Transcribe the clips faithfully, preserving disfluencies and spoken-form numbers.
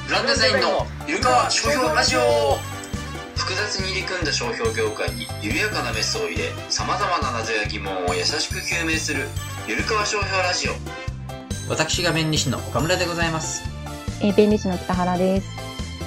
ブランドデザインのゆるかわ商標ラジオ。複雑に入り組んだ商標業界に緩やかなメスを入れ、さまざまな謎や疑問を優しく究明するゆるかわ商標ラジオ。私が弁理士の岡村でございます。 えー、弁理士の北原です。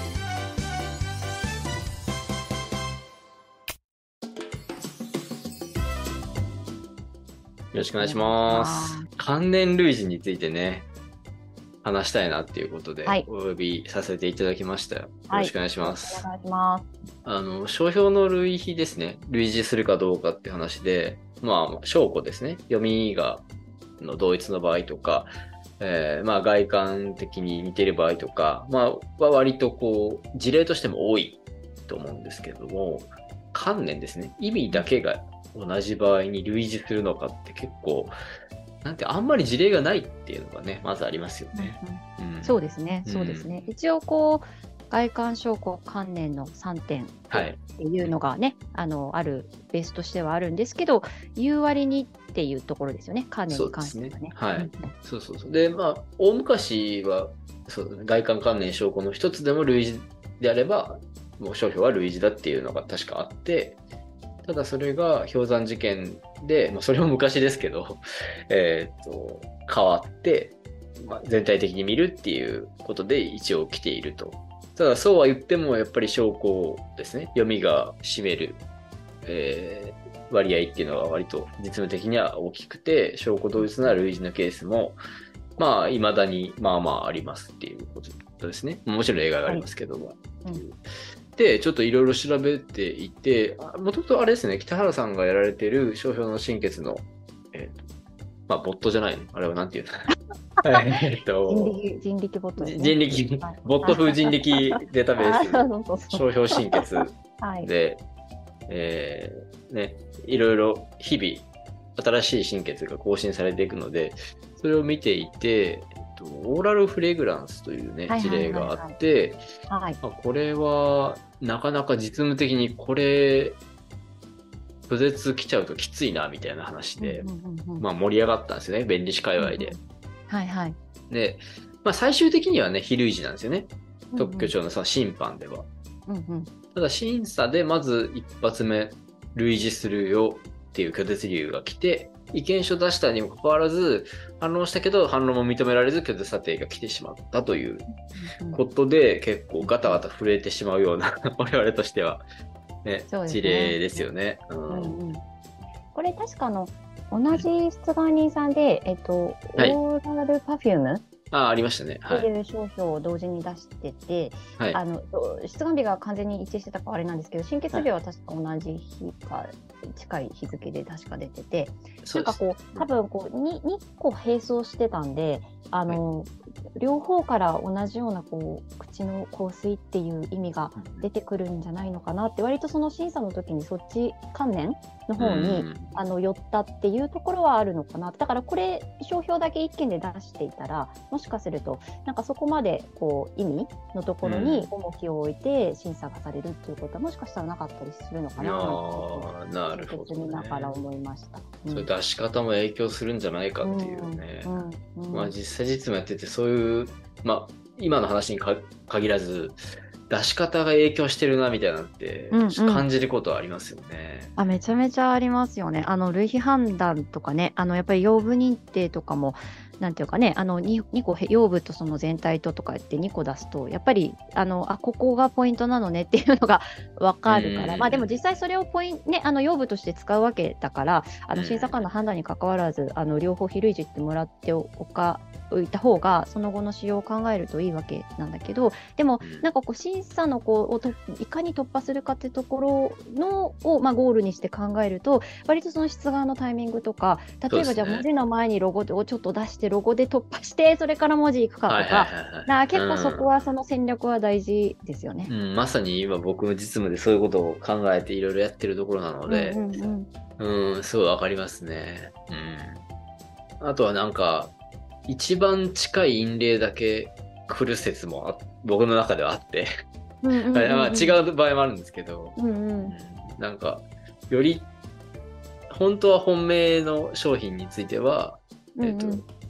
よろしくお願いします。関連類似についてね、話したいなっていうことで、はい、お呼びさせていただきましたよ。よろしくお願いします。 はい、お願いします。 あの、商標の類比ですね。類似するかどうかって話で、まあ、証拠ですね。読みが、の同一の場合とか、えー、まあ、外観的に似ている場合とか、まあ、は割とこう、事例としても多いと思うんですけども、関連ですね。意味だけが同じ場合に類似するのかって結構、なんてあんまり事例がないっていうのがね、まずありますよね。 うんうん、そうですね、そうですね。うん、一応こう外観証拠関連のさんてんっていうのがね、はい、あのあるベースとしてはあるんですけど、言う割にっていうところですよね。関連に関してはね。 はい。そうそうそう。で、まあ大昔はそう、ね、外観関連証拠の一つでも類似であれば、もう商標は類似だっていうのが確かあって。ただそれが氷山事件で、まあ、それも昔ですけど、えー、と変わって、まあ、全体的に見るっていうことで一応来ていると。ただそうは言ってもやっぱり証拠ですね、読みが占める、えー、割合っていうのは割と実務的には大きくて、証拠同一な類似のケースもまあ未だにまあまあありますっていうことですね。もちろん例外がありますけども。はい、うんで、ちょっといろいろ調べていて、もともとあれですね、北原さんがやられている商標の新結の、えーと、まあ、ボットじゃないのあれはなんていうのえっと人力、人力ボットですね。 人力、ボット風人力データベース、商標新結で、はいえー、ね、いろいろ日々、新しい新結が更新されていくので、それを見ていて、オーラルフレグランスというね、事例があって、これはなかなか実務的にこれ、拒絶来ちゃうときついな、みたいな話で、うんうんうん、まあ盛り上がったんですよね、弁理士界隈で。うんうん、 はいはい。 で、まあ最終的にはね、非類似なんですよね。特許庁のその審判では。うんうん、ただ審査でまず一発目、類似するよっていう拒絶理由が来て、意見書出したにもかかわらず反論したけど反論も認められず拒絶査定が来てしまったということで結構ガタガタ震えてしまうような我々としては、ねね、事例ですよね。うんうんうん、これ確かの同じ出願人さんで、えっとはい、オーラルパフュームあ, ありましたね。 はい。いう商標を同時に出してて、はい、あの出願日が完全に一致してたかあれなんですけど、新結日は確か同じ日か近い日付で確か出てて、なんかこう多分こう 2, 2個並走してたんで、あの、はい、両方から同じようなこう口の香水っていう意味が出てくるんじゃないのかなって、割とその審査の時にそっち関連の方に、うん、あの寄ったっていうところはあるのかな。だからこれ商標だけ一件で出していたら、もしかするとなんかそこまでこう意味のところに重きを置いて審査がされるっていうことはもしかしたらなかったりするのかなと、 なるほどね、 見ながら思いました。 うん、それ出し方も影響するんじゃないかっていうね。うんうんうん、まあ実際実務やっててそういう、まあ今の話に限らず出し方が影響してるなみたいなって感じることはありますよね。うんうん、 あ、めちゃめちゃありますよね。あの類比判断とかね、あのやっぱり用部認定とかもなんていうかね、あの 2, 2個用部とその全体ととか言ってにこ出すとやっぱりあのあここがポイントなのねっていうのが分かるから、まあでも実際それをポイントね、あの用部として使うわけだから、あの審査官の判断に関わらずあの両方非類似ってもらっておかいた方がその後の使用を考えるといいわけなんだけど、でもなんかこう審査のこうをといかに突破するかってところのを、まあ、ゴールにして考えると割とその出願のタイミングとか、例えばじゃあ文字の前にロゴをちょっと出してロゴで突破してそれから文字いくかとか、はいはいはいはい、な結構そこはその戦略は大事ですよね。 うん、まさに今僕の実務でそういうことを考えていろいろやってるところなので、うんうんうんうん、すごいわかりますね。うん、あとはなんか一番近い印例だけ来る説もあ僕の中ではあってうんうんうん、うんまあ、違う場合もあるんですけど、うんうん、なんかより本当は本命の商品については、うんうんえーと、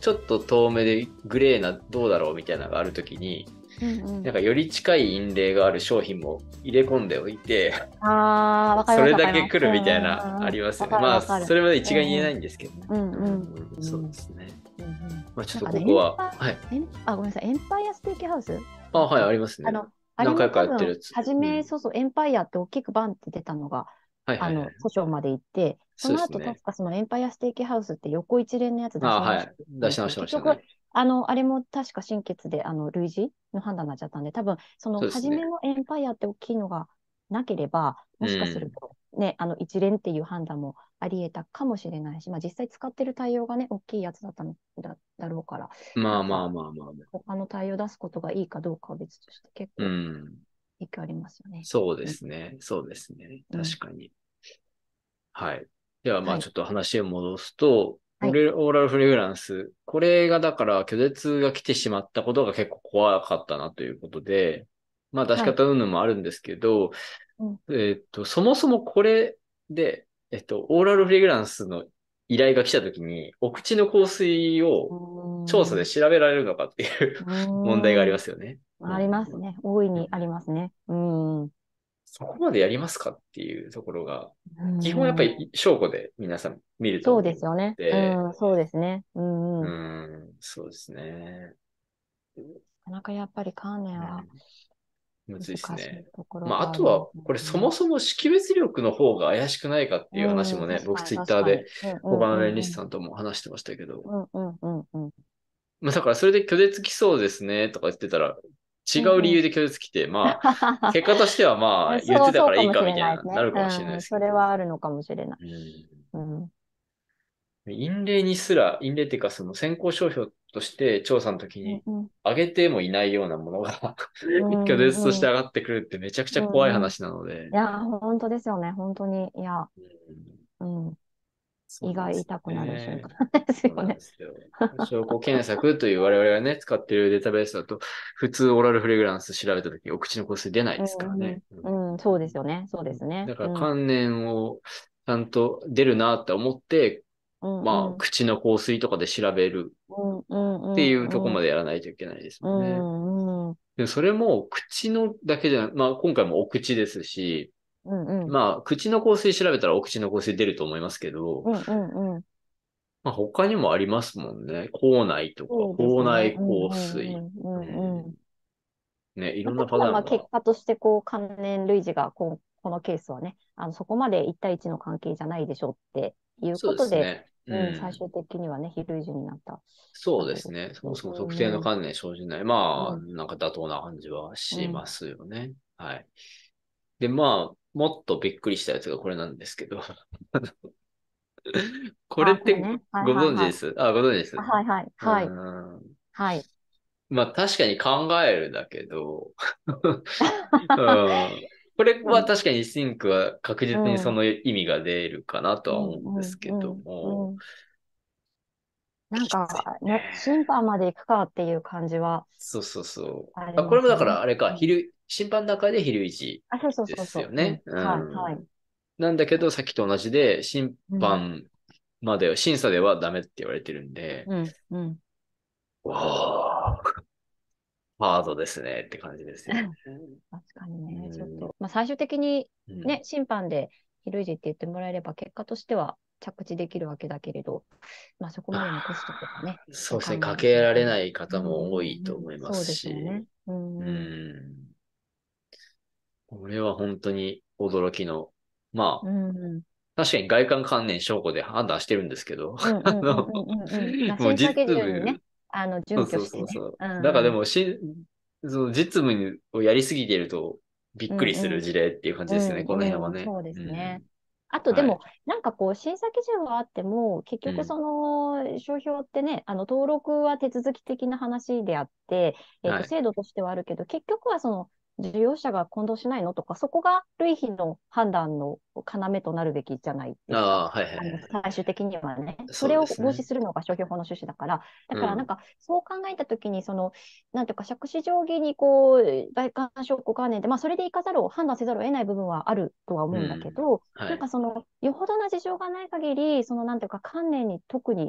ちょっと遠目でグレーなどうだろうみたいなのがあるときに、 うんうん、 なんかより近い印例がある商品も入れ込んでおいて、 ああ、わかりそます。 れだけ来るみたいうんうんな、 うん、 ありますよね。 わかるまあ、 わかる。 それまで一概に言えないんですけどね。 うんうん。 うんそうですね。 うんうん、 まあ、ちょっとなんかね、 ここは、はい。 エンパあ、ごめんなさい、エンパイアステーキハウスあ、はい、 だっけ、 ありますね。 あの、あれ何回かも多分、 やってるやつ。 初め、 うん。 そうそう、エンパイアって大きくバンって出たのが、 はいはいはい。 あの、訴訟まで行って、その後、 そうですね。 確かそのエンパイアステーキハウスって横一連のやつ出あ、 し直しはい。出し直たんですけど、結局、 してましたね。 あの、あれも確か審決で、あの、類似の判断になっちゃったんで、多分、そのそうですね。 初めのエンパイアって大きいのがなければ、 うもしかするん。 と、ね、あの、一連っていう判断もあり得たかもしれないし、まあ、実際使ってる対応がね、大きいやつだったのだ、だろうから、なんか、 まあまあまあまあまあ。 他の対応を出すことがいいかどうかは別として、結う構ん。 影響ありますよね。 そうでうん。 すね。そうですね。 うん、 確かに。はい。では、まはい。 あちょっと話を戻すと、 はい。 オレオーラルフレグランス。これがだから拒絶が来てしまったことが結構怖かったなということで、まあ出しはい。 方云々もあるんですけど、 うん。 えっと、そもそもこれで、えっと、オーラルフレグランスの依頼が来たときに、お口の香水うを調査ーん。 で調べられるのかっていうう問題がありーん。 ますよね。うありますん。 ね。大いにありますね。うーん。うそこまでやりますかっていうところが、 ー基本やっぱん。 り証拠で皆さん見るとそう思うのですよね。うで、 ん。そうですね。ううん。うん。 ん、そうですね。 なかなかやっぱり観念はうん、むずいです難しいね。 ところまあ、あがありますとは、これそもね。 そも識別力の方が怪しくないかっていう話うん。 もね、僕確かに、 ツイッターで確かに。うんうん他の弁理うんうん。 士さんとも話してましたけど、 うんうんうんうん。 まあだからそれで拒絶来そうですねとか言ってたら、違うんうん。 う理由で拒絶来て、まあ、結果としてはまあ、言っそう、 てたそうかもしからいいかみれないですね。 たいな、なるかもしれないうん。それですけど、 はあるのかもしれない。 うん。 うん。 印例にすら、印例っていうかその先行商標として調査の時にうんうん。 上げてもいないようなものがう拒絶としてんうん。 上がってくるってめちゃくちうゃ怖いんうん。 話なので、 いや、本当ですよね。本当に。いや、 うん、 うん。胃がそうなんです痛くなる瞬ね。 間ですそうよね。 なんですよ。証拠検索という我々がね、使っているデータベースだと、普通オーラルフレグランス調べたときにお口の香水出ないですからね。 うん、うん、そうですよね。そうですね。 だかうん、 ら関連をちゃんと出るなって思って、 うん、 まあ、 うん、 口の香水とかで調べるうん、うん、 っていうところうん、 までやらないといけないですうもんね。 ん、うん、 でもそれも口のだけじゃなく、まあ今回もお口ですし、 うん、うん、 まあ口の香水調べたらお口の香水出ると思いますけど、 うん、うん、 まあ他にもありますもんね。口内とか、 そうですね。 口内うん、 香うん、 水。 うん、 ううん、うん。 ん。ね、いまあ、 ろんなただ、まあ、結パターンが。 果として、こう、関連類似が、こう、このケースはね、あの、そこまで一対一の関係じゃないでしょうっていうそうでことで、 すね。ううん、最ん。 終的にはね、非類似になったわけですそうですね。そもけど。 そも特定のうん、うん、 観念生じない。まあ、 うん、 なんか妥当な感じはうん。 しますよね。はい。で、まあ、もっとびっくりしたやつがこれなんですけど、これあ、 ってこれね。はい、 ごはい、はい。 存知ですあ、ご存知です。 あ、はい、はい、 うはい、 ーん。 はい。 まあ確かに考えるだけど、うん。これは確かにシンクは確う実にそん、 の意味が出るかなとうは思うんでん、 すけうん、 ども、 うん。なんきついか、ね、 ね。 審判まで行くかっていう感じはそうそうそう。 ありあ、これもだかますよね。 らあれか、 うん、 昼、審判の中で昼一あ、そうそうでそうそう。うん。 すよね。うはい、はい。 ん。なんだけど、さっきと同じで、審うん、 判までは、審査ではダメって言われてるんで、 うん、うん。 わあ、ハードですねって感じですよね。 確かにうね、ちょっん。 と、まあ、最終的にね、 うん。 審判でヒルイジって言ってもらえれば、結果としては着地できるわけだけれど、まあ、そこまでのコストとかね、 そうですね。 考えかけられるとね、 ない方うんも多いうんうん、 と思いますそうですよね。 し、 ううんうん。 ん。これは本当に驚きの。まうんうん。 あ、確かに外観関連証拠で判断してるんですけど、 うんうあんうんうの、 んうんうん。まあ、 もう審査基実務、 準にね、あの、準そうそう拠してね。 そうそう。 うんうん。 だからでもし、その実務をやりすぎてるとびっくりするうんうん。 事例っていう感じうですね、この辺んうん。 はね。 そうでうすね。 ん。 あとでも、 はい。 なんかこう、審査基準はあっても、結うん。 局その、商標ってね、あの、登録は手続き的な話であって、えっと、 はい。 制度としてはあるけど、結局はその、事業者が混同しないのとか、そこが類比の判断の要となるべきじゃないですか。 ああ、はいはいはあの、 い。 最終的にはね。そそうれをですね。 防止するのが商標法の趣旨だから、だうん。 からなんか、そう考えたときに、その、なんていうか、杓子定規にこう、外観証拠関連で、まあ、それでいかざるを、判断せざるを得ない部分はあるとは思うんだけうん。 ど、 はい。 なんかその、よほどな事情がない限り、その、なんていうか、観念に特に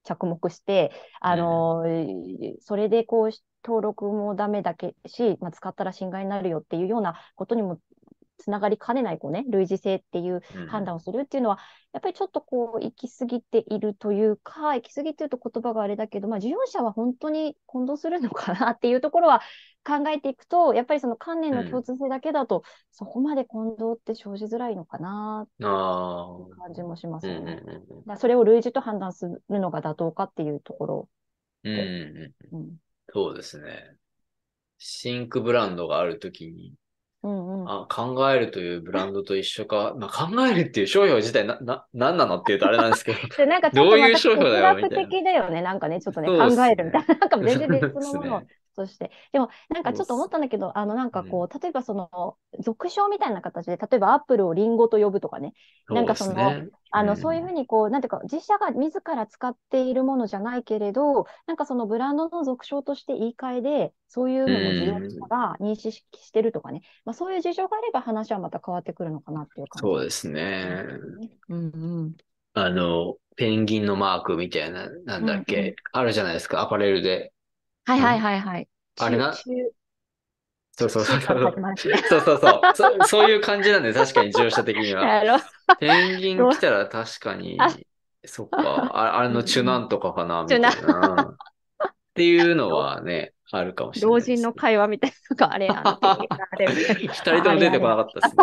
着目して、あうんのそれでこう登録もダメだけし、まあ、使ったら侵害になるよっていうようなことにもつながりかねないこう、ね、類似性っていう判断をするっていうのは、やっぱりちょっとこう行き過ぎているというか、行き過ぎていると言葉があれだけど、まあ、事業者は本当に混同するのかなっていうところは考えていくと、やっぱりその観念の共通性だけだと、そこまで混同って生じづらいのかなっていう感じもしますよね。それを類似と判断するのが妥当かっていうところで。 うんうんうん、そうですね。シンクブランドがあるときに、うんうん、あ、考えるというブランドと一緒か、まあ、考えるっていう商標自体な、な、なんなのっていうとあれなんですけど、 でなんかちょっとまた哲学的的だよね、なんかね、ちょっとね、ね考えるみたいな、なんか全然別のものとして。でも、なんかちょっと思ったんだけど、あの、なんかこう、例えばその、俗称みたいな形で、例えばアップルをリンゴと呼ぶとかね、なんかその、そう、ね、あの、うん、そういうふうにこう、なんていうか、自社が自ら使っているものじゃないけれど、なんかそのブランドの俗称として言い換えで、そういうのも事業者が認識してるとかね、まあ、そういう事情があれば話はまた変わってくるのかなっていう感じ。 そうですね。 うんうん。 あの、ペンギンのマークみたいな、なんだっけ、うんうん、あるじゃないですか、アパレルで。 はいはいはいはい。 あれな、そうそうそう。 そうそうそうそうそ。そういう感じなんで、確かに乗車的には。ペンギン来たら確かに、そっか、あ、あれのチュなんとかかな、みたいな。っていうのはね、あるかもしれないです、ね。 老人の会話みたいなのがあれ、あのペンギンあれみたいな。 二人とも出てこなかったですね。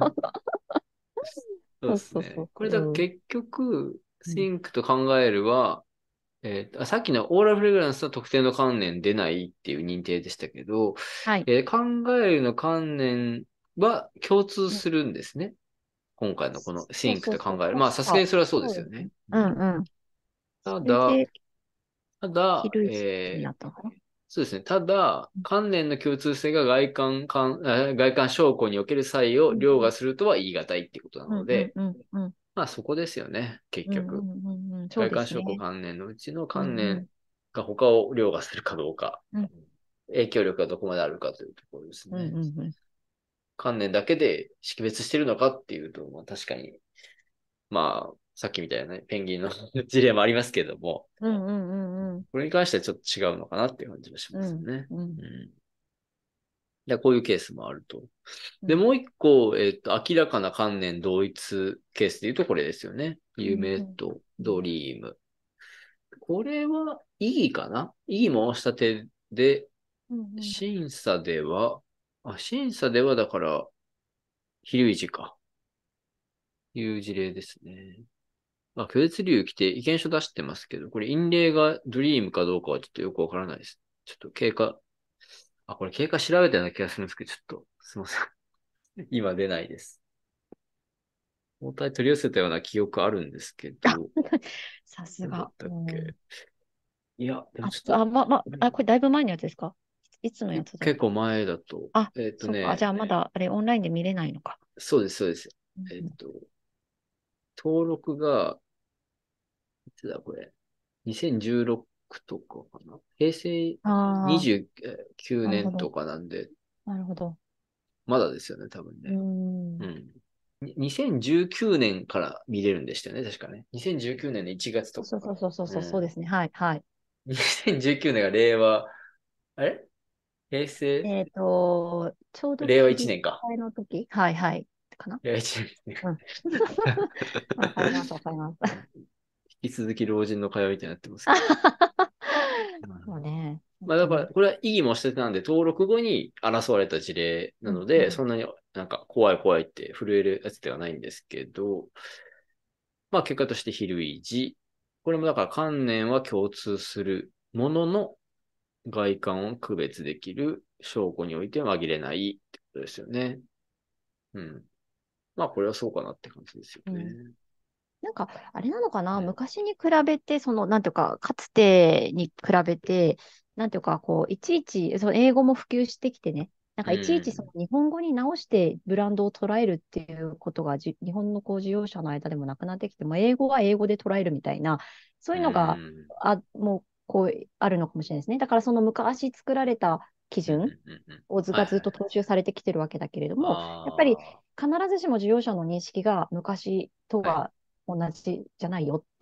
そうですね。これだ結局、シンクと考えるは、えー、さっきのオーラルフレグランスは特定の観念出ないっていう認定でしたけど、はい、えー、考えるの観念は共通するんですね。今回のこのシンクと考える。まあ、さすがにそれはそうですよね。 うんうん。 ただ、ただ、えー、そうですね。ただ、観念の共通性が外観、外観証拠における際を凌駕するとは言い難いっていうことなので、まあそこですよね、結局。うんうんうん、外観証拠観念のうちの観念が他を凌駕するかどうか、うん、影響力がどこまであるかというところですね。うんうんうん、観念だけで識別してるのかっていうと、まあ、確かに、まあ、さっきみたいなね、ペンギンの事例もありますけども、うんうんうんうん、これに関してはちょっと違うのかなっていう感じがしますね。うんうんうんでこういうケースもあると。で、もう一個、えっと、明らかな観念同一ケースで言うとこれですよね。夢とドリーム。これは意義かな意義申したてで、審査では、あ、審査ではだから、非類似か。いう事例ですね。あ、拒絶理由来て意見書出してますけど、これ、印例がドリームかどうかはちょっとよくわからないです。ちょっと経過、あ、これ経過調べたような気がするんですけど、ちょっと、すいません。今出ないです。応対取り寄せたような記憶あるんですけど。 さすが。 だっけいや、でもちょっと。あ、ま、ま、あ、これだいぶ前のやつですかいつのやつだ結構前だと。 あ、えっとね。じゃあまだ、あれ、オンラインで見れないのか。 そうです、そうです。えっと、登録が、いつだ、これ。にせんじゅうろくとかかな。平成にじゅうきゅうねんとかなんで。 なるほど。 まだですよね、多分ね。うんうん。にせんじゅうきゅうねんから見れるんでしたよね、確かね。にせんじゅうきゅうねんのいちがつとか。 そうそうそうそうそう、うん、そうですね。はい、はい。 にせんじゅうきゅうねんが令和、あれ平成えっ、ー、と、ちょうど令和いちねんか。 の時はいはい。かな令和いちねんですね。 わ、うん、かります、わかります。 引き続き老人の会話みたいになってますけど。 そうね。 まあだから、これは異議もしてたんで、登録後に争われた事例なので、うんうん、そんなになんか怖い怖いって震えるやつではないんですけど、まあ結果として非類似。これもだから観念は共通するものの外観を区別できる証拠において紛れないってことですよね。うん。まあこれはそうかなって感じですよね。うんなんか、あれなのかな、昔に比べて、その、なんていうか、かつてに比べて、なんていうか、こう、いちいち、その英語も普及してきてね、なんかいちいちその日本語に直してブランドを捉えるっていうことがじ、日本のこう事業者の間でもなくなってきて、も英語は英語で捉えるみたいな、そういうのが、あ、もう、こう、あるのかもしれないですね。だからその昔作られた基準をずがずっと踏襲されてきてるわけだけれども、やっぱり必ずしも事業者の認識が昔とは同じじゃないよって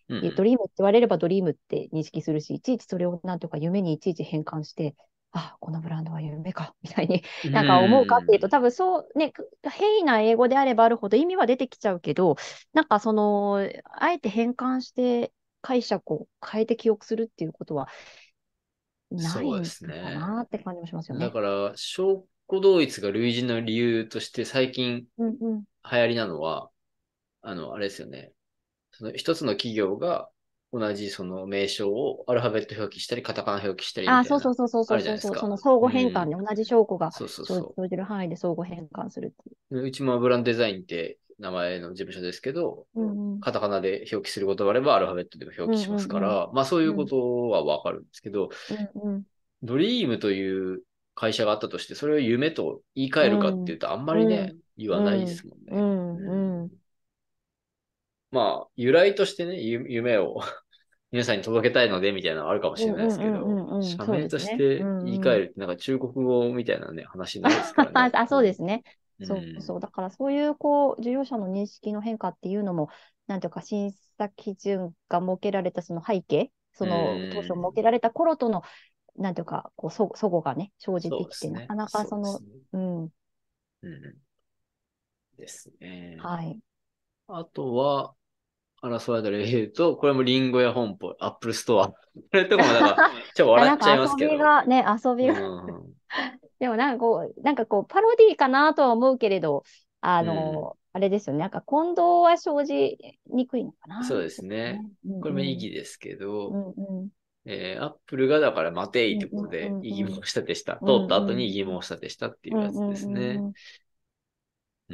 うんいドリームって言われればドリームって認識するし、いちいちそれをなんとか夢にいちいち変換して、あ、このブランドは夢か、みたいにうなんか思うかっていうと、 ん。 多分そうね、平易な英語であればあるほど意味は出てきちゃうけど、なんかその、あえて変換して解釈を変えて記憶するっていうことはないそうですのかね。 なって感じもしますよね。 だから、証拠同一が類似の理由として最近うんうん。 流行りなのは、あの、あれですよね。その一つの企業が同じその名称をアルファベット表記したり、カタカナ表記したりみあ、 たいな、 そうそうそうそうあそうそうそう、そるじゃないですか。 の相う互変換ん。 で同じ証拠がそうそう生そ生じる範囲で相互変換するっていう。でうちもブランドデザインって名前の事務所ですけど、 う。うんうん。 カタカナで表記することがあればアルファベットでも表うん記しますかうんら、まあそういうこうん。 とはわかるんですけど、 うんうんドリームという会社があったとして、それを夢と言い換えるかっていうと、あんまりね、 うん言わないでうんすもんうね。うんうん。 ん。まあ、由来としてね、ゆ夢を皆さんに届けたいので、みたいなのはあるかもしれないですうんうんうけど、 んうんうん。 社名としそうですね。うて言い換んうん。 えるって、なんか中国語みたいなね、話ないですからね。 あ、そうですね。 うん。 そうそう。 うん。 だからそういうこう、事業者の認識の変化っていうのも、なんていうか審査基準が設けられたその背景、そうの当初設ん。 けられた頃との、なんていうか、こう、そ、齟齬がね、生じてきて、 そうですね。 なかなかその、 そうですね。 うん、 うん。ですね。 はい。 あとは、争われた例で言うと、これもリンゴや本舗、アップルストア。これとかもなんか、ちょっとあ、 笑っちゃいなんか遊ますけど。 びがね、遊びうがん。 でもなんかこう、なんかこう、パロディーかなとは思うけれど、あうん。 の、あれですよね。なんか混同は生じにくいのかそうな。 ですね。 ちょっとね。うこれも意んうん。 義ですけど、 うんうん。 えー、アップルがだから待ていってことうんうんで異議うん申し立てした。 う通った後にんうん。 異議申し立てしたっていうんううやつですね。 んうんうん。 うん。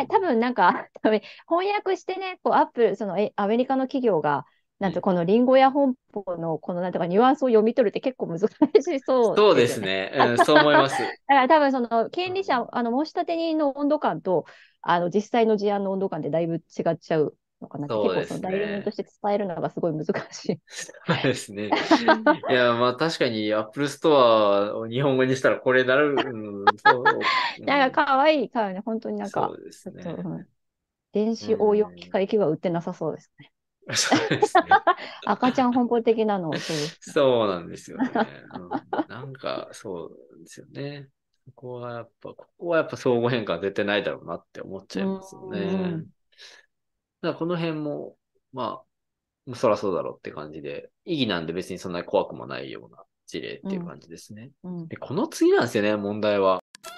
これ多分なんか、多分翻訳してね、こうアップル、そのえアメリカの企業が、なんてうん。 このリンゴや本舗のこのなんとかニュアンスを読み取るって結構難しそうそうですよね。 ですね。うん、そう思います。 だから多分その権利者、 うん、 あの申し立て人の温度感とあの実際の事案の温度感でだいぶ違っちゃうのかなって、結構そのそうです代理人とね。 して伝えるのがすごい難しい。 そうですね。いや、まあ確かに Apple Store を日本語にしたらこれなる、うん、そう、うなんん、 か可愛いからね、本当になんか、 そうですちょっと、 ね。 うん、電う子応用機ん、 械機は売ってなさそうですね。 そうですね。 赤ちゃん本舗的なのをそうですね。 そうなんですよね。うん、なんか、そうなんですよね。ここはやっぱ、ここはやっぱ相互変換絶対ないだろうなって思っちゃいうんますようん。 ね。だからこの辺も、まあ、そらそうだろうって感じで、意義なんで別にそんなに怖くもないような事例っうん。 ていう感じですね。 うん。 で、この次なんですよね、問題は。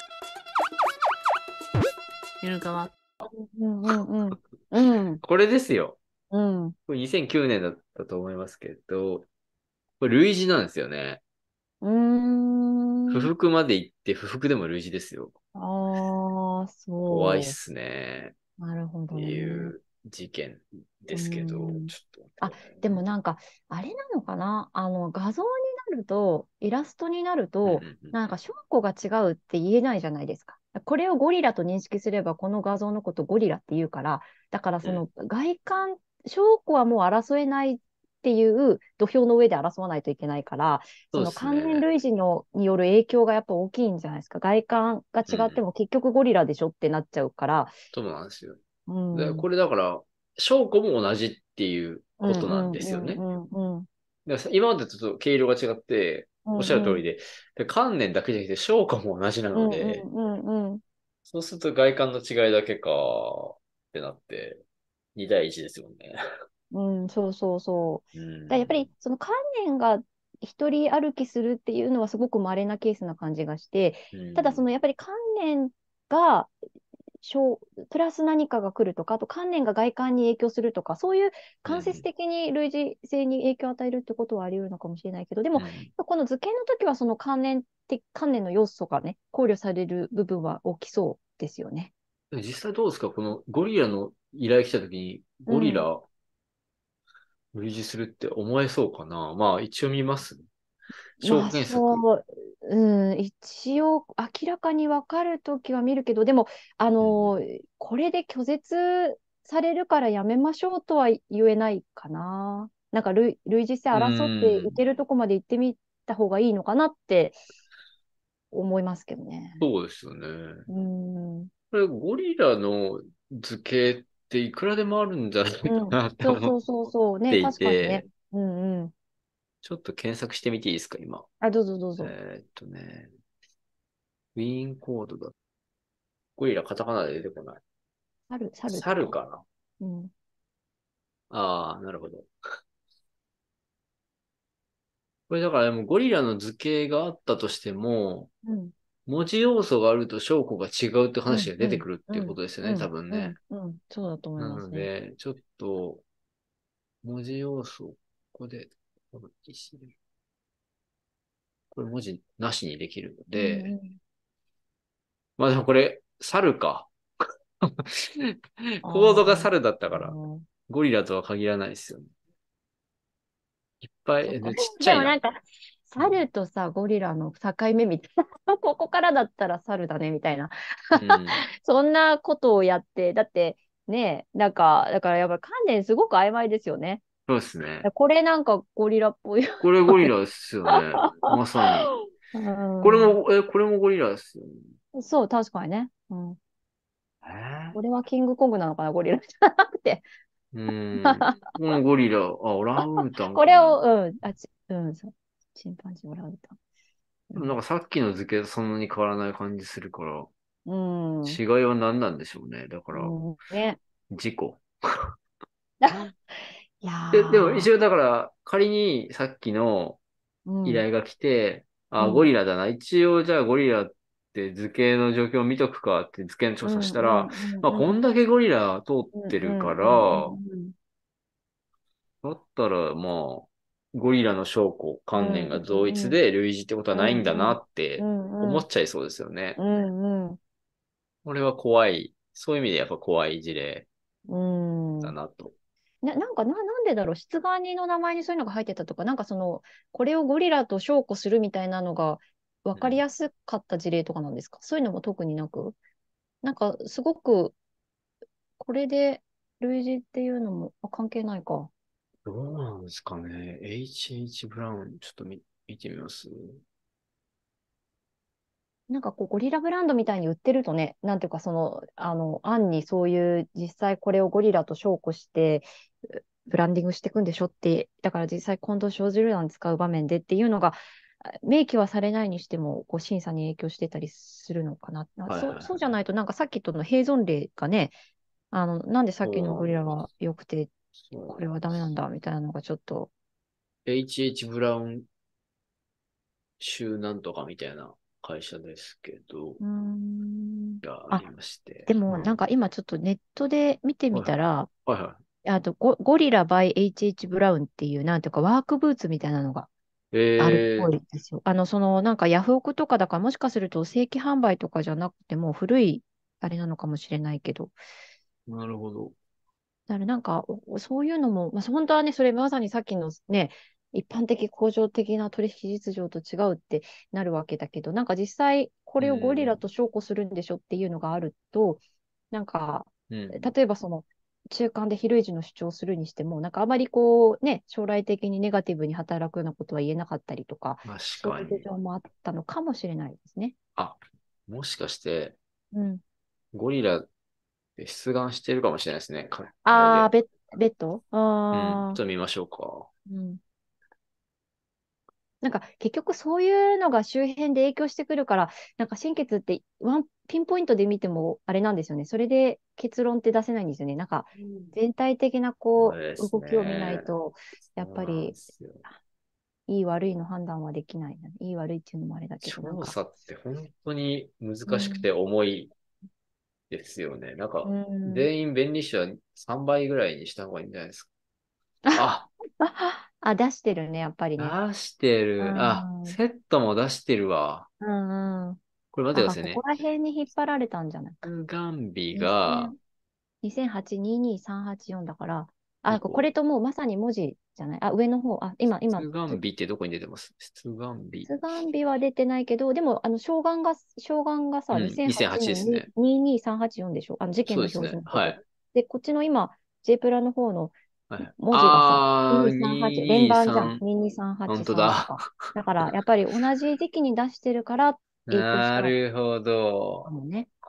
ゆるかわ。うんうんうん。うん。 これですよ。 うん。 これにせんきゅうねんだったと思いますけど、これ類似なんですよね。 うーん。 不服まで行って不服でも類似ですよ。 ああ、 怖いっそすね。 う。なるほってどね。 いう事件うですけど、 ん。 ちょっと待ってあ、 くださいでもね。 なんか、あれなのかなあの、画像になると、イラストになるうんうと、 んうん。 なんか証拠が違うって言えないじゃないですか。これをゴリラと認識すれば、この画像のことゴリラって言うから、だからうん、 その外観、証拠はもう争えないっていう土俵の上で争わないといけないから、そそうでの関連すね。 類似のによる影響がやっぱ大きいんじゃないですか。外観がうん。 違っても結局ゴリラでしょってなっちゃうから、 そうなんですよ。 うで、 ん、うん、 これだから、証拠も同じっていううん、 ことなんうん、 ですよね。 うん、うん、 だから今までとちょっと毛色が違って、おっしゃるうん、うん、 通りで、で観念だけじゃなくて証拠も同じなうん、 ので、 うん、うん、 そうすると外観の違いだけかってなって、に対いちですよね。 うん、そうそうそう。 うだからやっぱん。 りその観念が一人歩きするっていうのはすごく稀なケースな感じがして、 うただそのん。 やっぱり観念が小プラス何かが来るとか、あと観念が外観に影響するとか、そういう間接うん。 的に類似性に影響を与えるってことはあり得るのかもしれないけど、でも、 うん。 この図形の時はその関連的、関連の要素がね、考慮される部分は大きそうですよね。 実際どうですかこのゴリラの依頼来た時に、 うん。 ゴリラ類似するって思えそうかな。まあ一応見ます。証まあ、 拠検索。 そう、うん、一応明らかに分かるときは見るけど、でも、あうん。 の、これで拒絶されるからやめましょうとは言えないかな。なんか類、類似性う争っていん。 けるとこまで行ってみた方がいいのかなって思いますけどね。 そうですよね。 うん。 これゴリラの図形っっていくらでもあるんじゃないかうん。 なって思っそうそうそうそう。ね、 てい確かにね。 て、 うんうん。 ちょっと検索してみていいですか、今。 あ、どうぞどうぞ。 えーっとね、ウィーンコードだ。ゴリラカタカナで出てこない。 猿、猿とか。 猿かな。 うん。 ああ、なるほど。これだからでもゴリラの図形があったとしても、 うん。 文字要素があると証拠が違うってうん。 話が出てうん。 くるっていうこうん。 とですよね、多うん。 分ね。 うん。うん。そうだと思いなますね。 ので、ちょっと文字要素をここで、この石でこれ文字なしにできるのうんで、 うん。 まあでもこれ、猿か。 あコードがあ。 猿だったから、 うんゴリラとは限らないですよね。いっぱい、 そっか。 えちっちゃいな。 でもなんか、 うん。 猿とさ、ゴリラの境目みたいな、ここからだったら猿だね、みたいな。 うん。 そんなことをやって、だってね、なんか、だからやっぱり観念すごく曖昧ですよね。 そうですね。 これなんかゴリラっぽい。 これゴリラですよね。まさに。これうも、え、これもゴリラですよね。 ん。そう、確かにね。うん。 えこれはキングコングなのかな、ゴリラじゃなくて。 ー、うん。このゴリラ、あ、オランウータンかな。 これを、うん、あ、ち、うん、そう。チンパンジーもらうと。 でもなんかさっきの図形とそんなに変わらない感じするから、 うん。うん。 違いは何なんでしょうね。だから、 うんね。 事故。 いやで、でも一応ー。 だから、仮にさっきのうん。 依頼が来て、あ、ゴうん。 リラだな。一応じゃあゴリラって図形の状況を見とくかって図形の調うん。 査したうん。 ら、まあうん。 こんだけゴリラ通っうん。 てるかうん。うん。うら、 ん。 だったらまあ、ゴリラの証拠、 うん。 観念が同一うん。 で類似ってことはうん。 ないんだなうん。うってん。うん。 思っちゃいそうですよね。 うん。うん。 これは怖い。そういう意味でやっぱ怖い事例うん。 だなと。 な、なんかな、なんでだろう、出願人の名前にそういうのが入ってたとか、なんかその、これをゴリラと証拠するみたいなのが分かりうん。 やすかった事例とかなんですか？そういうのも特になく、なんかすごく、これで類似っていうのもあ関係ないか。 どうなんですかね。エイチエイチ ブラウン、ちょっと見、見てみます。 なんかこう、ゴリラブランドみたいに売ってるとね、なんていうか、その、あの、案にそういう実際これをゴリラと証拠して、ブランディングしていくんでしょって、だから実際今度生じる欄使う場面でっていうのが、あ明記はされないにしても、こう審査に影響してたりするのかな。なはいはいそう、そうじゃはい。 ないと、なんかさっきとの併存例がね、あの、なんでさっきのそうなんゴリラはです。 良くて、 そうこれはダメなんだみたいなのがちょっと、 エイチエイチ ブラウン州なんとかみたいな会社ですけど、 うーん。 がありあ、 まして。 でもなんうん。 か今ちょっとネットで見てはいはい。 みたら、 はいはあとゴ、ゴリラ by エイチエイチ ブラウンっていう、なんていうか、ワークブーツみたいなのがい。 あるっぽえいですよ。あの、その、なんかヤフオクとかだから、もしかすると正規販売とかじゃなくても、古いあれなのかもしれないけど、 ー、なるほど。 だからなんか、おそういうのも、まあ、本当はね、それまさにさっきのね、一般的、恒常的な取引実情と違うってなるわけだけど、なんか実際、こうれをゴリラん。 と証拠するんでしょっていうのがあると、なんか、 うん。 例えばその、中間で広い字の主張をするにしても、なんかあまりこうね、将来的にネガティブに働くようなことは言えなかったりとか、 確そういう事かに。 情もあったのかもしれないですね。 あ、もしかして、 うん。 ゴリラって出願してるかもしれないですね。かあれあー、 で。 ベ、ベッドうん。ちょっあー、 と見ましょうか。 うん。なんか結局そういうのが周辺で影響してくるから、なんか心血ってワンピンポイントで見てもあれなんですよね。それで結論って出せないんですよね。なんか全体的なこうそうです動きを見ないね。 と、やっそうなんでぱりすよ。 いい悪いの判断はできないな。いい悪いっていうのもあれだけど、なんか。 調査って本当に難しくてうん。 重いですよね。なんうか、 ん。 全員弁理士はさんばいぐらいにした方がいいんじゃないですか。あ、 あ、出してるね、やっぱりね。 出してうる。あ、 ん。うんセットも出してるわ。 うん。 これ待ってくだあ、ここさいね。 ら辺に引っ張られたんじゃないか。 ガンビにせんが、 にせんはち、ににさんはちよんだから、あ、こどこれともうまさに文字じゃないあ、上の方、あ、今、今、 出願日ってどこに出てます？出願日。 出願日は出てないけど、でも、あの、証願が、証願がさ、 うん、 2008 にせんはちでのすね。 ににさんはちよんでしょあの、事件のそうですね。 表示のこと。 はい。 で、こっちの今、J プラの方のはい。 文字がさ、 あー、 ににさんはち、連番じゃん。 にーにーさん。 ににさんはちさんと本当だ。 か。だから、やっぱり同じ時期に出してるから影響したのなるほど。 かもね。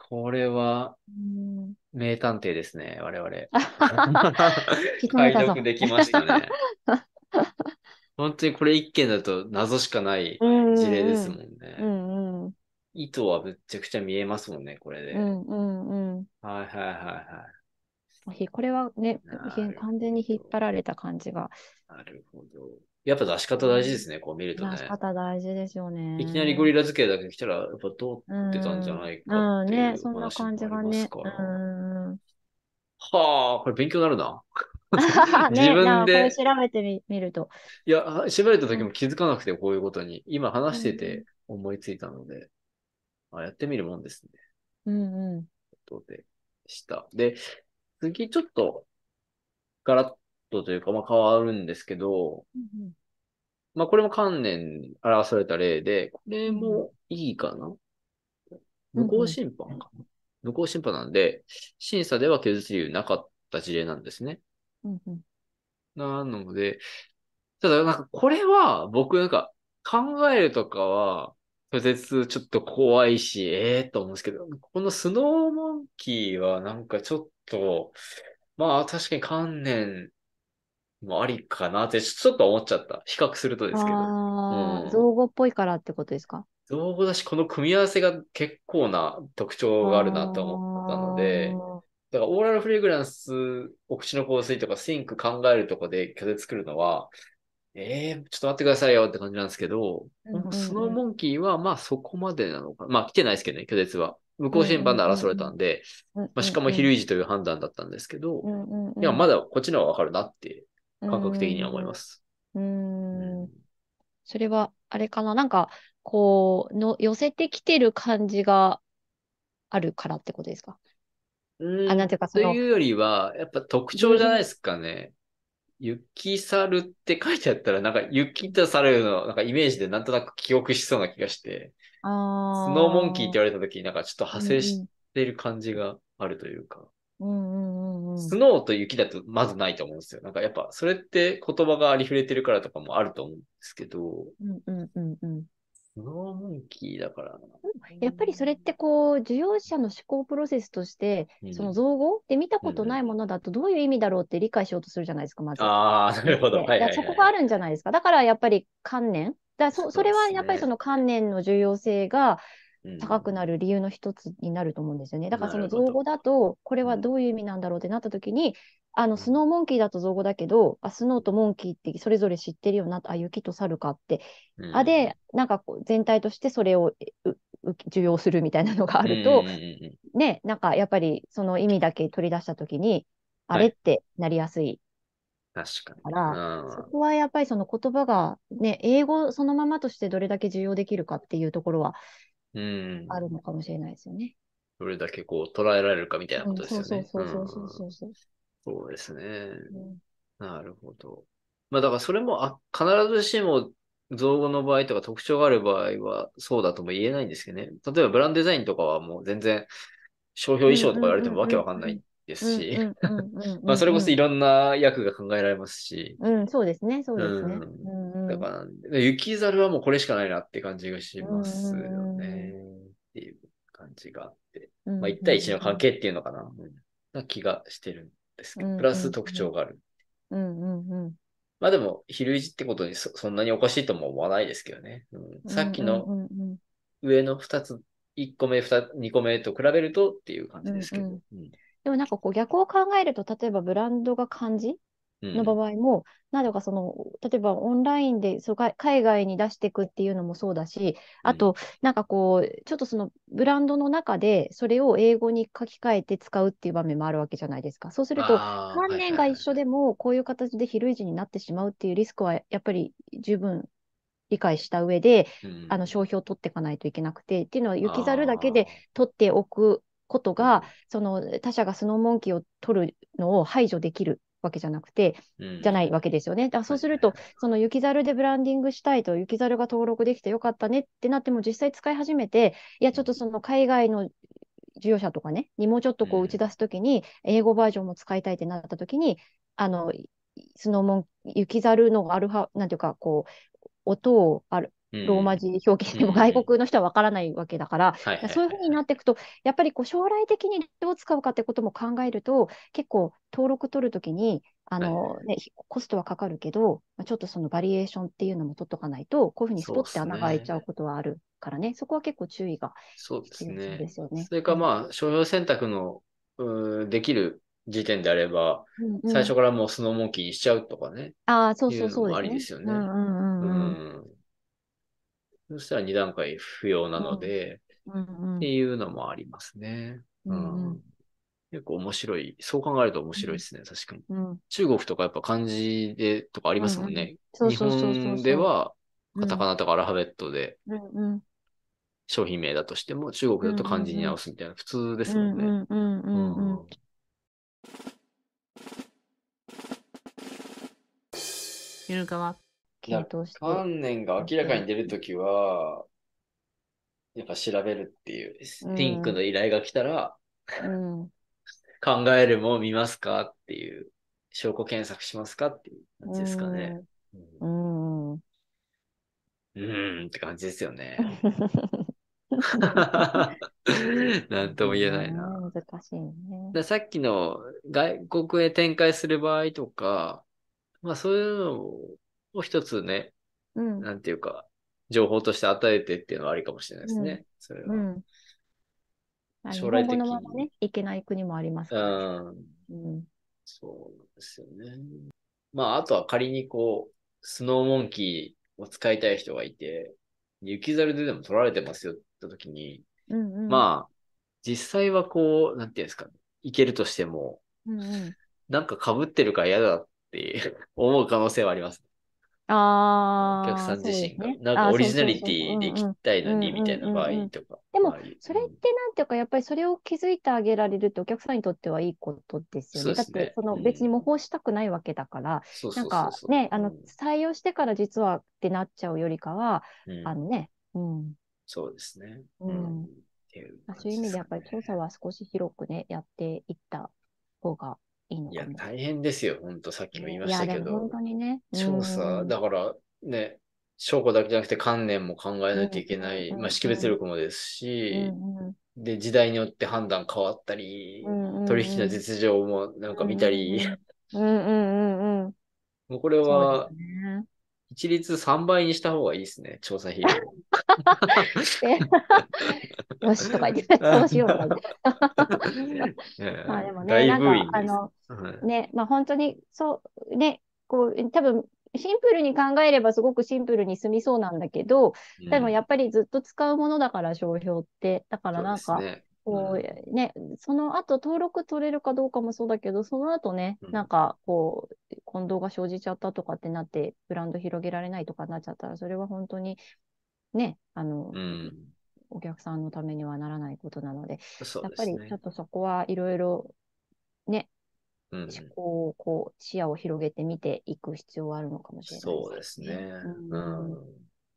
これはうん名探偵ですね、我々。 引き止め解たぞ。 読できましたね。本当にこれ一件だと謎しかないう事例ですんうんもんうね。 んうん意図はめっちゃくちゃ見えますもんね、これで。 うんうんうんはいはいはいはひこれはね、 い。なひるほ完全に引っ張ど。 られた感じが。 なるほど。やっぱ出し方大事ですね、こう見ると出しね。 方大事ですよいきなりゴリね。 ラ図形だけ来たら、やっぱ通うってたんじゃん。 ないかっうんね、 ていうそんな感話もありじがね。 ますから。 うん。 はあ、これ勉強になるな。自ね、な、これ分で、 調べてみ、見ると。 いや、縛られたうん。 時も気づかなくて、こういうことに。今話してうんて思いついたので、あ、やってみるもんですね。 うんうん。 とでした。で、次ちょっとガラッとというか、まあ変わるんですけど、 うんまあこれも観念に表された例で、これうんもいいかな。無効うんうん審判か。無効審判なんで、審査では拒絶理由なかった事例なんですね。 うんうんなので、ただなんかこれは僕なんか考えるとかは拒絶ちょっと怖いし、ええー、と思うんですけど、このスノーモンキーはなんかちょっと、まあ確かに観念もありかなってちょっと思っちゃった。比較するとですけど。うああ、 ん。 造語っぽいからってことですか？ 造語だし、この組み合わせが結構な特徴があるなと思ったので、 あだからオーラルフレグランス、お口の香水とかシンク考えるとこで拒絶作るのは、ええー、ちょっと待ってくださいよって感じなんですけど、 ーうんこのスノーうんうんモンキーはまあそこまでなのか。まあ来てないですけどね、拒絶は。無効審うんうん判で争われうんうんたんで、 うんまあしかも非うん類似という判断だったんですけど、 うんうんいや、 うんまだこっちの方がわかるなってう感覚的にはん思います。 ううん。 んうんそれは、あれかななんか、こう、の、寄せてきてる感じがあるからってことですか？あ、なんてうん、 いうか、その、 というよりは、やっぱ特徴じゃないで偶然、 すかね。雪猿って書いてあったら、なんか雪と猿のなんかイメージでなんとなく記憶しそうな気がして、 あスノーモンキーってあ、 言われた時になんかちょっと派生しうんうん、 てる感じがあるというか、 うんうんうんうん、 スノーと雪だとまずないと思うんですよ。なんかやっぱそれって言葉がありふれてるからとかもあると思うんですけど、 うんうんうんうん。 スノーモンキーだからな。 やっぱりそれってこう、受容者の思考プロセスとして、そのうん。 造語で見たうんうん。 ことないものだとどういう意味だろうって理解しようとするじゃないですか、まず。 ああ、なるほど。 で、 はいだはいはいはい。 そこがあるんじゃないですか。だからやっぱり観念。だそ、そそうでれはすね。 やっぱりその観念の重要性がうん。 高くなる理由の一つになると思うんですよね。だからなるほど。 その造語だと、これうん。 はどういう意味なんだろうってなった時に、あの、 うん。 スノーモンキーだと造語だけど、あ、スノーとモンキーってそれぞれ知ってるよな、あ、雪と猿かって。 うん。 あ、で、なんかこう全体としてそれをうう受容するみたいなのがあうん。うん。 ると、 うん。 ね、なんかやっぱりその意味だけ取り出した時に、あはい。 れってなりやすい確かに。 から、そああ。 こはやっぱりその言葉がね、英語そのままとしてどれだけ重要できるかっていうところはうん。 あるのかもしれないですよね。 どれだけこう捉えられるかみたいなこうん、 とですそうそうよね。うそうそうそうん。 そうそう。 そうですね。 うん、 なるほど。まあだからそれも、あ、必ずしも造語の場合とか特徴がある場合はそうだとも言えないんですけどね。例えばブランドデザインとかはもう全然商標うん衣装とか言われてもわうんうんけわかんないですうんうし、 んうんうんまあそれこうんうんそいろんな役が考えられますし、 うん、そうですね、そうですね。 うん。 うんうんだから、雪猿はもうこれしかないなって感じがしうますよんうんね。っていう感じがあって。まあ、 うん一対一のうん関係っていうのかな。うんな気がしてるんですけど。プうんうんラス特徴がある。 うんうんうんまあでも、比類似ってことにそ、そんなにおかしいとも思わないですけどね。うん、 うんうんさっきのうんうん上の二つ、一個目、二つ、二個目と比べるとっていう感じですけど。 うんうんうん。 でもなんかこう逆を考えると、例えばブランドが漢字の場うん。 合も、なんとかその、例えばオンラインでそうか海外に出していくっていうのもそうだし、 うん。 あと、なんかこう、ちょっとそのブランドの中でそれを英語に書き換えて使うっていう場面もあるわけじゃないですか。そうすると、 ああ、はい観念が一はいはいはい。 緒でも、こういう形で非類似になってしまうっていうリスクは、やっぱり十分理解した上で、 うん。 あの商標を取っていかないといけなくて、っていうのは雪ざるだけでああ。 取っておくことが、 うん。 その他社がスノーモンキーを取るのを排除できるわけじゃなくて、 うん。 じゃないわけですよね。だからはそうすると、 いはいはい。 その雪ざるでブランディングしたいと、雪ざるが登録できてよかったねってなっても、実際使い始めて、いや、ちょっとその海外の事業者とかね、にもうちょっとうん。 こう打ち出すときに、英語バージョンも使いたいってなったときに、あの、スノーモン、雪ざるのアルファ、なんていうか、こう、音をあるローマ字表記でも外国の人はわからないわけだから、そういうふうになっていくと、やっぱりこう将来的にどう使うかってことも考えると、結構登録取るときに、あのね、コストはかかるけど、ちょっとそのバリエーションっていうのも取っとかないと、こういうふうにスポッて穴が開いちゃうことはあるからね、そこは結構注意が必要ですよね。 それかまあ、商標選択のできる時点であれば、うんうん、最初からもうスノーモンキーにしちゃうとかね。 ああ、そうそうそうですね。ありですよね。 うんうんうんうん。 そしたらに段階不要なので、 うんうんうん、 っていうのもありますね。うんうん、結構面白い。そう考えると面白いですね、確かに。うん、中国とかやっぱ漢字でとかありますもんね。日本ではカタカナとかアルファベットで商品名だとしても、中国だと漢字に直すみたいな普通ですもんね。 ゆるかは検討して。 観念が明らかに出るときは、やっぱ調べるっていう、ピンクの依頼が来たら、うん、考えるも見ますかっていう、証拠検索しますかっていう感じですかね。うん。うん、うんって感じですよね。なんとも言えないな。 難しいね。さっきの外国へ展開する場合とか、まあそういうのを一つね、うん、なんていうか、情報として与えてっていうのはありかもしれないですね。うん、それは。うん将来的に。日本語のままね、いけない国もありますから、ね。 うん。そうなんですよね。まあ、あとは仮にこう、スノーモンキーを使いたい人がいて、雪猿ででも取られてますよって言った時に、うんうん、まあ、実際はこう、なんていうんですかね、いけるとしても、うんうん、なんか被ってるから嫌だって思う可能性はあります。ああ、お客さん自身が。ね、なんかオリジナリティで行きたいのにみたいな場合とか。 でも、それってなんていうか、やっぱりそれを気づいてあげられるってお客さんにとってはいいことですよね。ねだって、その別に模倣したくないわけだから、うん、なんかね、あの、採用してから実はってなっちゃうよりかは、うん、あのね、うん。 そうですね。 うん。うんそういう意味でやっぱり調査は少し広くね、やっていった方がいいのかも。 いや、大変ですよ。本当さっきも言いましたけど。いや、でも本当にね。 調査、だからね、証拠だけじゃなくて観念も考えないといけない。まあ、識別力もですし、で、時代によって判断変わったり、取引の実情もなんか見たり。もうこれは、一律さんばいにした方がいいですね、調査費用。 よしとか言って、そうしようとか言って。まあでもね、なんか、あの、ね、まあ本当に、そう、ね、こう、多分、シンプルに考えればすごくシンプルに済みそうなんだけど、でもやっぱりずっと使うものだから、商標って。だからなんか、こうね、その後登録取れるかどうかもそうだけど、その後ね、なんかこう、混同が生じちゃったとかってなって、ブランド広げられないとかになっちゃったら、それは本当にね、あの、うん、お客さんのためにはならないことなので、でね、やっぱりちょっとそこはいろいろね、うん、思考をこう視野を広げてみていく必要はあるのかもしれないですね。 そうですね。うん、うん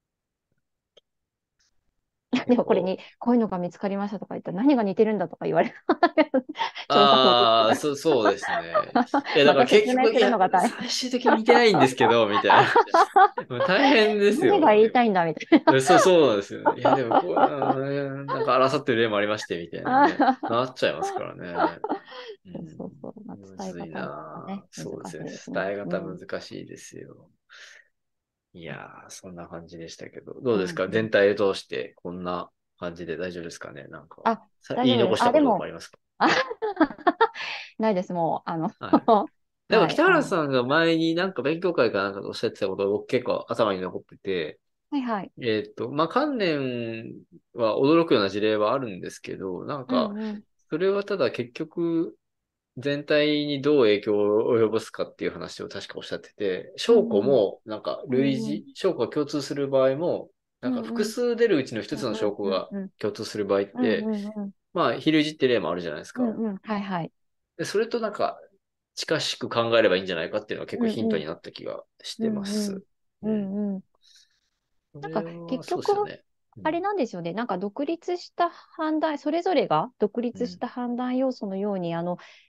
でもこれにこういうのが見つかりましたとか言ったら何が似てるんだとか言われる。 ああ、そう、そうですね。いや、だから結局、いや、最終的に似てないんですけど、みたいな。大変ですよ。 何が言いたいんだ、みたいな。そう、そうなんですよ。いや、でもこう、なんか争ってる例もありまして、みたいな、ね。なっちゃいますからね。 そうそうそう。まあ、伝え方がね、 そうですね。伝え方難しいですよ。いやー、そんな感じでしたけど、どうですか、うん、全体を通してこんな感じで大丈夫ですかね、なんか。あ、言い残したこともありますか？ ないです、もう、あの、 はい、でも北原さんが前になんか勉強会かなんかでおっしゃってたことが僕結構頭に残ってて、 はいはい。 えっと、まあ、関連は驚くような事例はあるんですけど、なんか、それはただ結局、全体にどう影響を及ぼすかっていう話を確かおっしゃってて、証拠も、なんか類似、証拠が共通する場合も、なんか複数出るうちの一つの証拠が共通する場合って、まあ、比類似って例もあるじゃないですか。 はいはい。 でそれとなんか、近しく考えればいいんじゃないかっていうのは結構ヒントになった気がしてます。 うんうん。なんか結局、あれなんですよね。なんか独立した判断、それぞれが独立した判断要素のように、あの、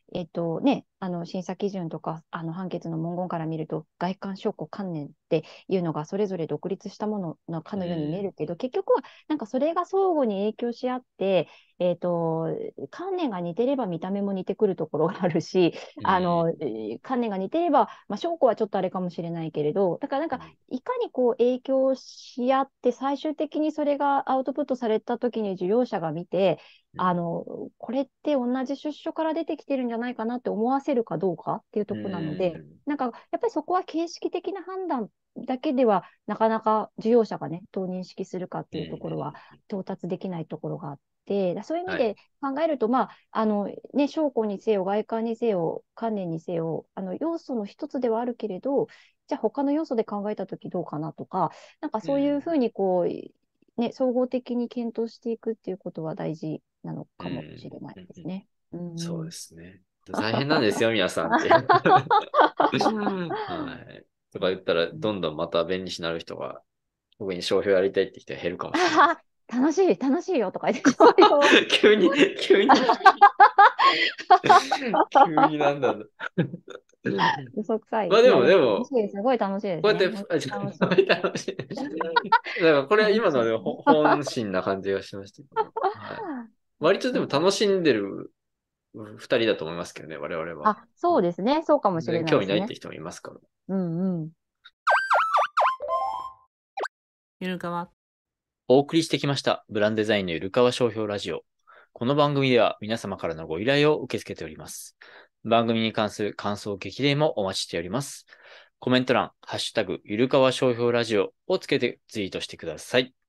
えっとね、あの審査基準とかあの判決の文言から見ると、外観証拠観念っていうのがそれぞれ独立したもののかのように見えるけど、結局はなんかそれが相互に影響し合って、えっと、観念が似てれば見た目も似てくるところがあるし、あの観念が似てれば、まあ、証拠はちょっとあれかもしれないけれど、だからなんかいかにこう影響し合って、最終的にそれがアウトプットされたときに受領者が見て、あのこれって同じ出所から出てきてるんじゃないかなって思わせるかどうかっていうところなので、なんかやっぱりそこは形式的な判断だけではなかなか受領者がねどう認識するかっていうところは到達できないところがあって、そういう意味で考えると、はい、まああのね、証拠にせよ外観にせよ観念にせよ、あの要素の一つではあるけれど、じゃあ他の要素で考えたときどうかなとか、なんかそういうふうにこう、ね、総合的に検討していくっていうことは大事なのかもしれないですね。 うんうん、そうですね。大変なんですよ、皆さんって。はい。とか言ったら、どんどんまた弁理士になる人が、僕に商標やりたいって人が減るかもしれない。 楽しい、楽しいよとか言って、 急に、急に、急になんだろう。 嘘くさい。 まあでも、でも、 すごい楽しいです。 こうやって、楽しい。だからこれは今ので本心な感じがしましたけど、はい。割とでも楽しんでる二人だと思いますけどね、我々は。 あ、そうですね。そうかもしれないですね。 興味ないって人もいますから。 うんうん。 ゆるかわ。 お送りしてきました。ブランデザインのゆるかわ商標ラジオ。この番組では皆様からのご依頼を受け付けております。番組に関する感想、激励もお待ちしております。コメント欄、ハッシュタグ、ゆるかわ商標ラジオをつけてツイートしてください。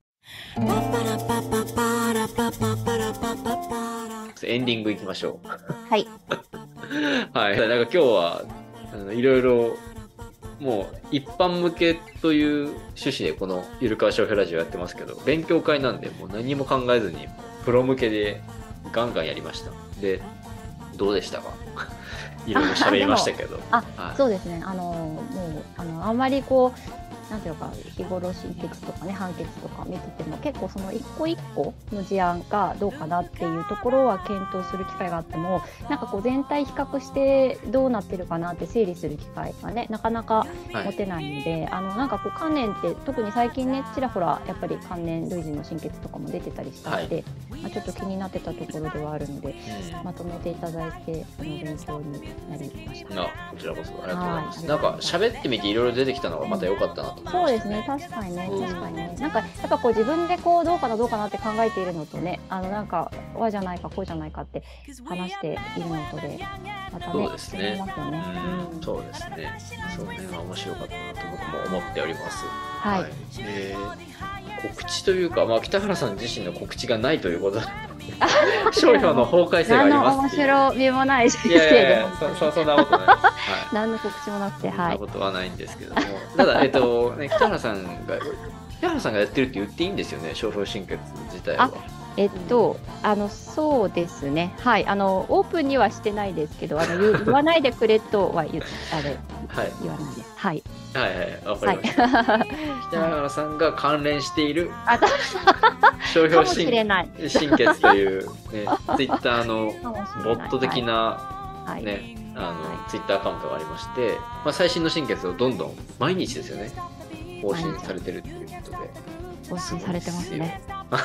エンディングいきましょう。 はい。 はい。なんか今日は、あのいろいろ、もう一般向けという趣旨でこのゆるかわ商標ラジオやってますけど、勉強会なんでもう何も考えずにプロ向けでガンガンやりました。で、どうでしたか？いろいろ喋りましたけど。 あ、はい、そうですね。あのもうあのあんまりこうなんていうか日頃審決とかね判決とか見てても結構その一個一個の事案がどうかなっていうところは検討する機会があっても、なんかこう全体比較してどうなってるかなって整理する機会がねなかなか持てないので、はい、あのなんかこう関連って特に最近ねちらほらやっぱり関連類似の審決とかも出てたりしたので、はい、まあ、ちょっと気になってたところではあるので、うん、まとめていただいてあの勉強になりました。 あ、こちらこそありがとうございます。なんか喋ってみていろいろ出てきたのがまた良かったなと思いましたね。 そうですね、確かにね、確かにね、なんかやっぱこう自分でこうどうかなどうかなって考えているのとね、あのなんかわじゃないかこうじゃないかって話しているのとでまたね、 そうですね。 ますよね。 うん、そうですね。そうね、面白かったなと僕も思っております。 はい。はい、 えー、告知というか、まあ北原さん自身の告知がないということで。商標の法改正がありますっていう。 何の面白みもないですけど。 いやいやそ, そ, そんなことないです。はい、 何の告知もなくて、はい。 そんなことはないんですけども。ただ、えっと、ね、北原さんが、北原さんがやってるって言っていいんですよね、商標審決自体は。 えっと、あの、そうですね。はい。あの、オープンにはしてないですけど、あの、言, 言わないでくれとは言あれ、はい、言わないです。はい。 はいはい、わかりました。はい、北原さんが関連している商標審決という、ね、ツイッターのボット的な、はい、ね、あの、はい、ツイッターアカウントがありまして、まあ、最新の審決をどんどん毎日ですよね、更新されてるっていうことで。 更新されてますね。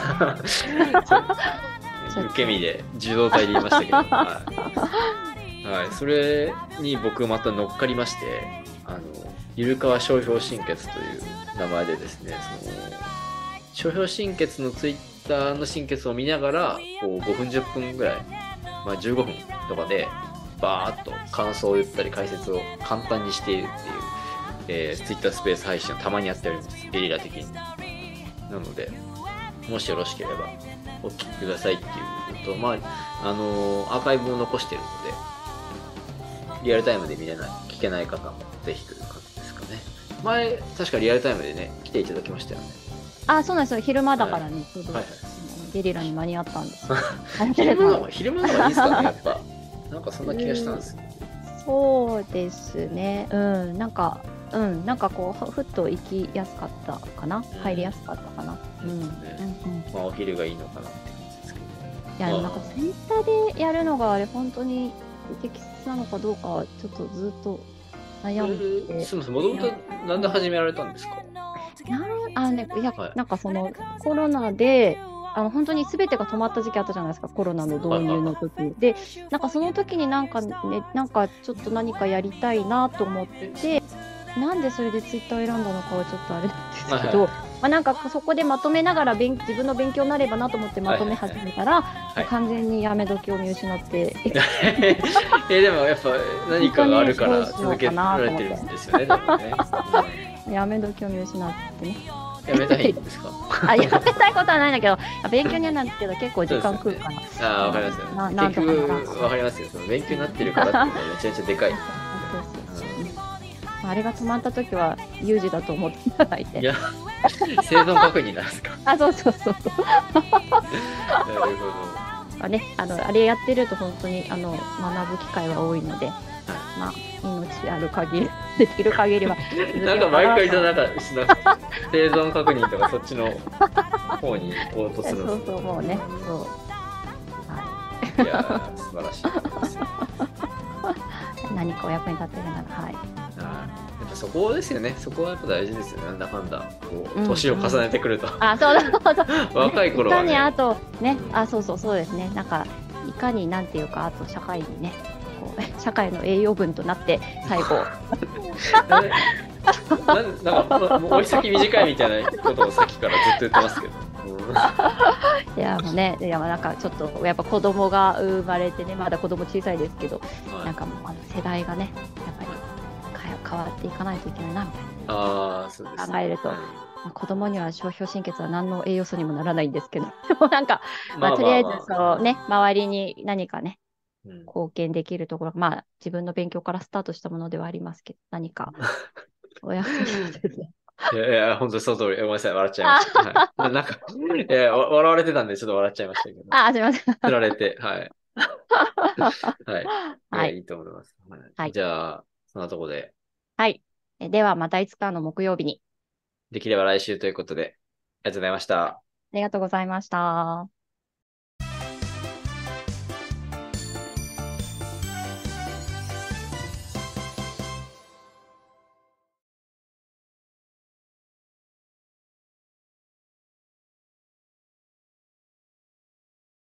受け身で受動体で言いましたけど、はいはい、それに僕また乗っかりまして、あのゆるかわ商標審決という名前でですね、その商標審決のツイッターの審決を見ながらこうごふんじゅっぷんぐらい、まあ、じゅうごふんとかでバーッと感想を言ったり解説を簡単にしているっていう、えー、ツイッタースペース配信をたまにやっております、ゲリラ的に。なのでもしよろしければお聞きくださいっていうのと、まああのー、アーカイブを残しているのでリアルタイムで見れない聞けない方もぜひという感じですかね。前確かリアルタイムでね来ていただきましたよね。 あ、そうなんですよ。昼間だからね、 はいはいはい、 ゲリラに間に合ったんです昼間の方が昼間の方がいいですかね、やっぱなんかそんな気がしたんですけど、 そうですね、うん、なんかうん、なんかこうふっと行きやすかったかな、うん、入りやすかったかな、うんうんうん、 まあお昼がいいのかなって感じですけど、 いや、なんかツイッターでやるのがあれ本当に適切なのかどうかはちょっとずっと悩んで、 すみません、もともとなんで始められたんですか？ なんあのね、いや、 はいなんかそのコロナで、あの本当に全てが止まった時期あったじゃないですか、コロナの導入の時で、なんかその時になんかね、なんかちょっと何かやりたいなと思って、なんでそれでツイッターを選んだのかはちょっとあれなんですけど、 はいまあ、なんかそこでまとめながら勉自分の勉強になればなと思ってまとめ始めたら、 い完全にやめ時を見失って、 え、でもやっぱ何かがあるから本当に続けられてるんですよね、でもね。 やめ時を見失ってね。 やめたいんですか？ あ、やめたいことはないんだけど、勉強にはなるけど結構時間食うから。 ああ、わかりますよ。 ななんと結かなら局、わかりますよ。その勉強になってるからっていうのはめちゃめちゃでかい。 そうそうそうそうあれが止まった時は有事だと思っていただいて。 いや、生存確認なんですか？ あ、そうそうそうそう。 なるほあね、あのあれやってると本当にあの学ぶ機会は多いので、まあ命ある限りできる限りは続けど。 ようかなんか毎回じゃななんかしなくて、生存確認とかそっちの方に行こうとするんですそうそうもうね、そう。はいいやー、素晴らしいですよ。 い。何かお役に立てるなら、はい。 やっぱそこですよね。そこはやっぱ大事ですよね。なんだかんだ。こう、 うん年を重ねてくると。 あ、そうだそうだ。 若い頃はね。 いかにあとね、あ、そうそうそうですね。なんかいかになんていうかあと社会にね、こう社会の栄養分となって最後。 ななんかもうもう追い先短いみたいなことをさっきからずっと言ってますけど。 いやもうね、いやなんかちょっとやっぱ子供が生まれてね、まだ子供小さいですけど、 はいなんかもうあの世代がね、やっぱり変わっていかないといけないなみたいああ、そうです、ね。 考えるとはいな。まあ子供には商標神経は何の栄養素にもならないんですけど、でもなんか、まあ、とりあえずそうね、周りに何かね、 うん貢献できるところ、まあ自分の勉強からスタートしたものではありますけど、何かお役に立てて。 いやいや、本当にその通り。ごめんなさい、笑っちゃいました。はい、なんか、いや、わ笑われてたんで、ちょっと笑っちゃいましたけど。 あ、すみません。 釣られて、はい。はい。いや、 はいいいと思います。はい。 はいじゃあ、そんなとこで、 はい。えではまたいつかの木曜日に。 できれば来週ということで、ありがとうございました。 ありがとうございました。